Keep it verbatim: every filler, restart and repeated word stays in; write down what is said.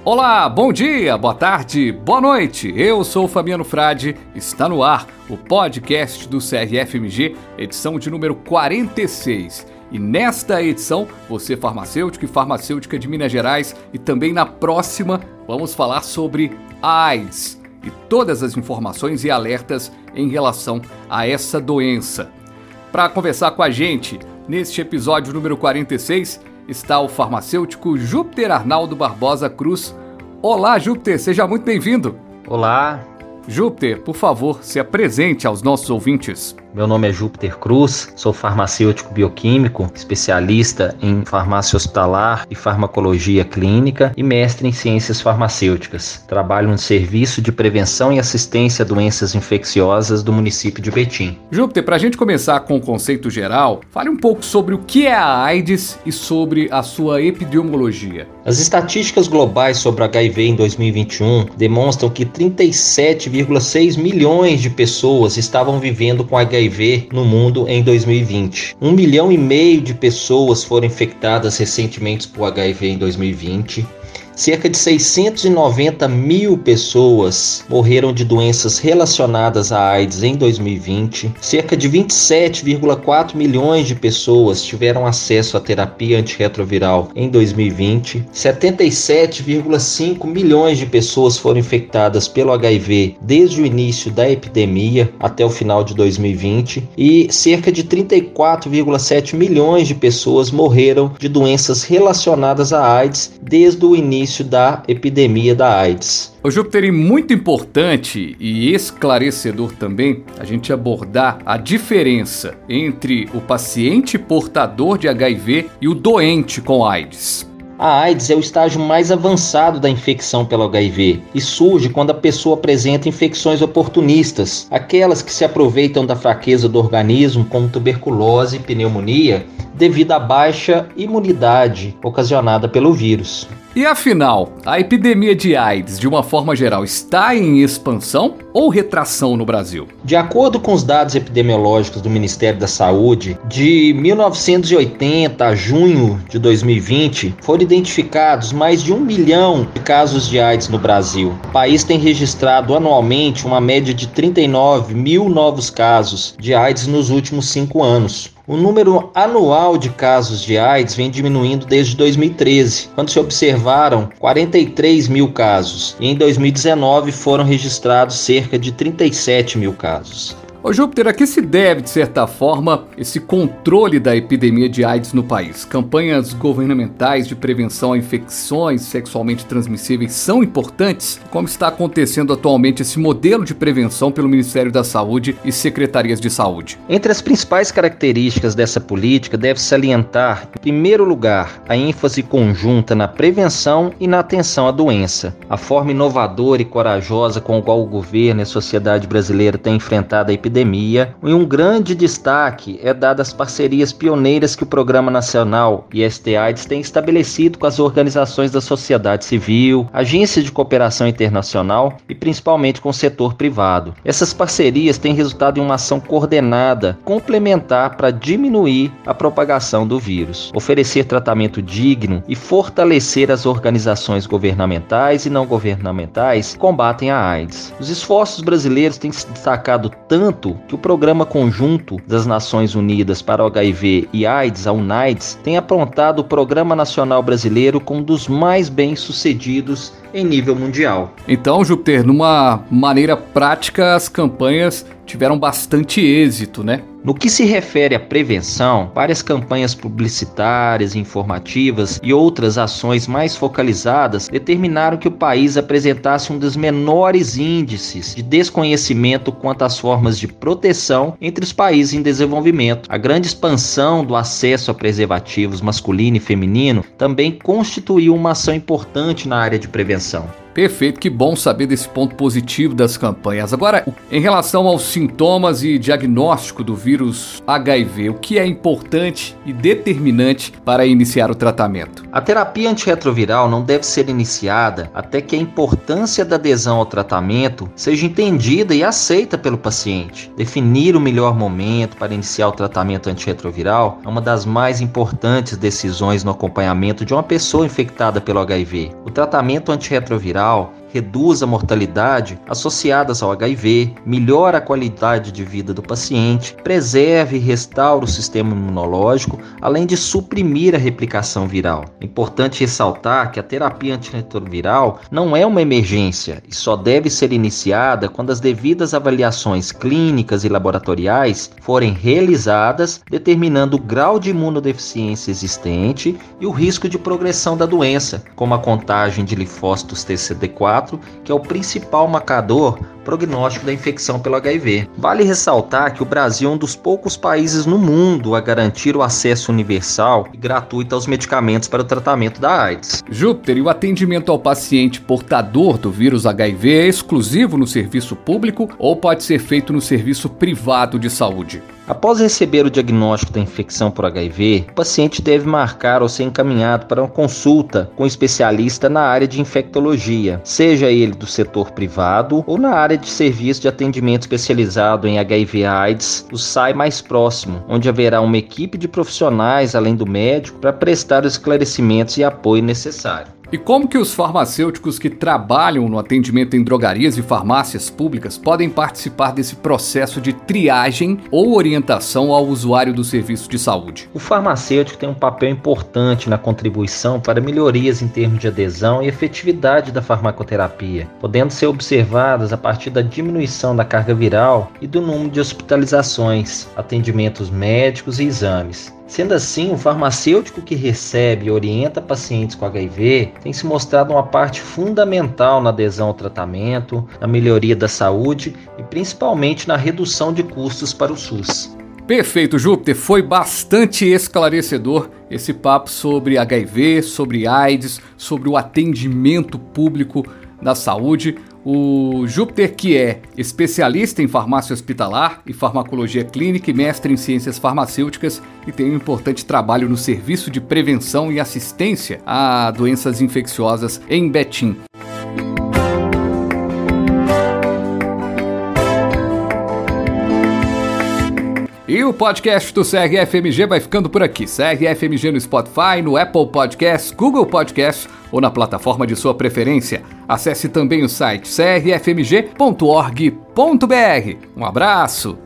Olá, bom dia, boa tarde, boa noite. Eu sou o Fabiano Frade, está no ar o podcast do C R F M G, edição de número quarenta e seis. E nesta edição, você farmacêutico e farmacêutica de Minas Gerais, e também na próxima, vamos falar sobre AIDS e todas as informações e alertas em relação a essa doença. Para conversar com a gente, neste episódio número quarenta e seis, está o farmacêutico Júpiter Arnaldo Barbosa Cruz. Olá, Júpiter, seja muito bem-vindo. Olá. Júpiter, por favor, se apresente aos nossos ouvintes. Meu nome é Júpiter Cruz, sou farmacêutico bioquímico, especialista em farmácia hospitalar e farmacologia clínica e mestre em ciências farmacêuticas. Trabalho no Serviço de Prevenção e Assistência a Doenças Infecciosas do município de Betim. Júpiter, para a gente começar com o conceito geral, fale um pouco sobre o que é a AIDS e sobre a sua epidemiologia. As estatísticas globais sobre o H I V em dois mil e vinte e um demonstram que trinta e sete vírgula seis milhões de pessoas estavam vivendo com H I V no mundo em dois mil e vinte. Um milhão e meio de pessoas foram infectadas recentemente por H I V em dois mil e vinte. Cerca de seiscentos e noventa mil pessoas morreram de doenças relacionadas à AIDS em dois mil e vinte. Cerca de vinte e sete vírgula quatro milhões de pessoas tiveram acesso à terapia antirretroviral em dois mil e vinte. setenta e sete vírgula cinco milhões de pessoas foram infectadas pelo H I V desde o início da epidemia até o final de dois mil e vinte. E cerca de trinta e quatro vírgula sete milhões de pessoas morreram de doenças relacionadas à AIDS desde o início da epidemia da AIDS. O Júpiter, é muito importante e esclarecedor também a gente abordar a diferença entre o paciente portador de H I V e o doente com AIDS. A AIDS é o estágio mais avançado da infecção pelo H I V e surge quando a pessoa apresenta infecções oportunistas, aquelas que se aproveitam da fraqueza do organismo, como tuberculose e pneumonia, devido à baixa imunidade ocasionada pelo vírus. E afinal, a epidemia de AIDS, de uma forma geral, está em expansão ou retração no Brasil? De acordo com os dados epidemiológicos do Ministério da Saúde, de mil novecentos e oitenta a junho de dois mil e vinte, foram identificados mais de um milhão de casos de AIDS no Brasil. O país tem registrado anualmente uma média de trinta e nove mil novos casos de AIDS nos últimos cinco anos. O número anual de casos de AIDS vem diminuindo desde dois mil e treze, quando se observaram quarenta e três mil casos, e em dois mil e dezenove foram registrados cerca de trinta e sete mil casos. Ô Júpiter, a que se deve, de certa forma, esse controle da epidemia de AIDS no país? Campanhas governamentais de prevenção a infecções sexualmente transmissíveis são importantes? Como está acontecendo atualmente esse modelo de prevenção pelo Ministério da Saúde e secretarias de saúde? Entre as principais características dessa política, deve-se salientar, em primeiro lugar, a ênfase conjunta na prevenção e na atenção à doença. A forma inovadora e corajosa com a qual o governo e a sociedade brasileira têm enfrentado a epidemia Epidemia, e um grande destaque é dado às parcerias pioneiras que o Programa Nacional I S T AIDS tem estabelecido com as organizações da sociedade civil, agências de cooperação internacional e principalmente com o setor privado. Essas parcerias têm resultado em uma ação coordenada, complementar para diminuir a propagação do vírus, oferecer tratamento digno e fortalecer as organizações governamentais e não governamentais que combatem a AIDS. Os esforços brasileiros têm se destacado tanto que o Programa Conjunto das Nações Unidas para o H I V e AIDS, a UNAIDS, tem apontado o Programa Nacional Brasileiro como um dos mais bem-sucedidos em nível mundial. Então, Júpiter, numa maneira prática, as campanhas tiveram bastante êxito, né? No que se refere à prevenção, várias campanhas publicitárias, informativas e outras ações mais focalizadas determinaram que o país apresentasse um dos menores índices de desconhecimento quanto às formas de proteção entre os países em desenvolvimento. A grande expansão do acesso a preservativos masculino e feminino também constituiu uma ação importante na área de prevenção. Perfeito, que bom saber desse ponto positivo das campanhas. Agora, em relação aos sintomas e diagnóstico do vírus H I V, o que é importante e determinante para iniciar o tratamento? A terapia antirretroviral não deve ser iniciada até que a importância da adesão ao tratamento seja entendida e aceita pelo paciente. Definir o melhor momento para iniciar o tratamento antirretroviral é uma das mais importantes decisões no acompanhamento de uma pessoa infectada pelo H I V. O tratamento antirretroviral reduz a mortalidade associadas ao H I V, melhora a qualidade de vida do paciente, preserva e restaura o sistema imunológico, além de suprimir a replicação viral. É importante ressaltar que a terapia antirretroviral não é uma emergência e só deve ser iniciada quando as devidas avaliações clínicas e laboratoriais forem realizadas, determinando o grau de imunodeficiência existente e o risco de progressão da doença, como a contagem de linfócitos T C D quatro, que é o principal marcador prognóstico da infecção pelo H I V. Vale ressaltar que o Brasil é um dos poucos países no mundo a garantir o acesso universal e gratuito aos medicamentos para o tratamento da AIDS. Júpiter, e o atendimento ao paciente portador do vírus H I V é exclusivo no serviço público ou pode ser feito no serviço privado de saúde? Após receber o diagnóstico da infecção por H I V, o paciente deve marcar ou ser encaminhado para uma consulta com um especialista na área de infectologia, seja ele do setor privado ou na área de serviço de atendimento especializado em H I V AIDS, o S A I mais próximo, onde haverá uma equipe de profissionais, além do médico, para prestar os esclarecimentos e apoio necessário. E como que os farmacêuticos que trabalham no atendimento em drogarias e farmácias públicas podem participar desse processo de triagem ou orientação ao usuário do serviço de saúde? O farmacêutico tem um papel importante na contribuição para melhorias em termos de adesão e efetividade da farmacoterapia, podendo ser observadas a partir da diminuição da carga viral e do número de hospitalizações, atendimentos médicos e exames. Sendo assim, o farmacêutico que recebe e orienta pacientes com H I V tem se mostrado uma parte fundamental na adesão ao tratamento, na melhoria da saúde e principalmente na redução de custos para o SUS. Perfeito, Júpiter. Foi bastante esclarecedor esse papo sobre H I V, sobre AIDS, sobre o atendimento público da saúde. O Júpiter, que é especialista em farmácia hospitalar e farmacologia clínica e mestre em ciências farmacêuticas e tem um importante trabalho no serviço de prevenção e assistência a doenças infecciosas em Betim. E o podcast do C R F M G vai ficando por aqui. C R F M G no Spotify, no Apple Podcasts, Google Podcasts ou na plataforma de sua preferência. Acesse também o site c r f m g ponto org ponto b r. Um abraço!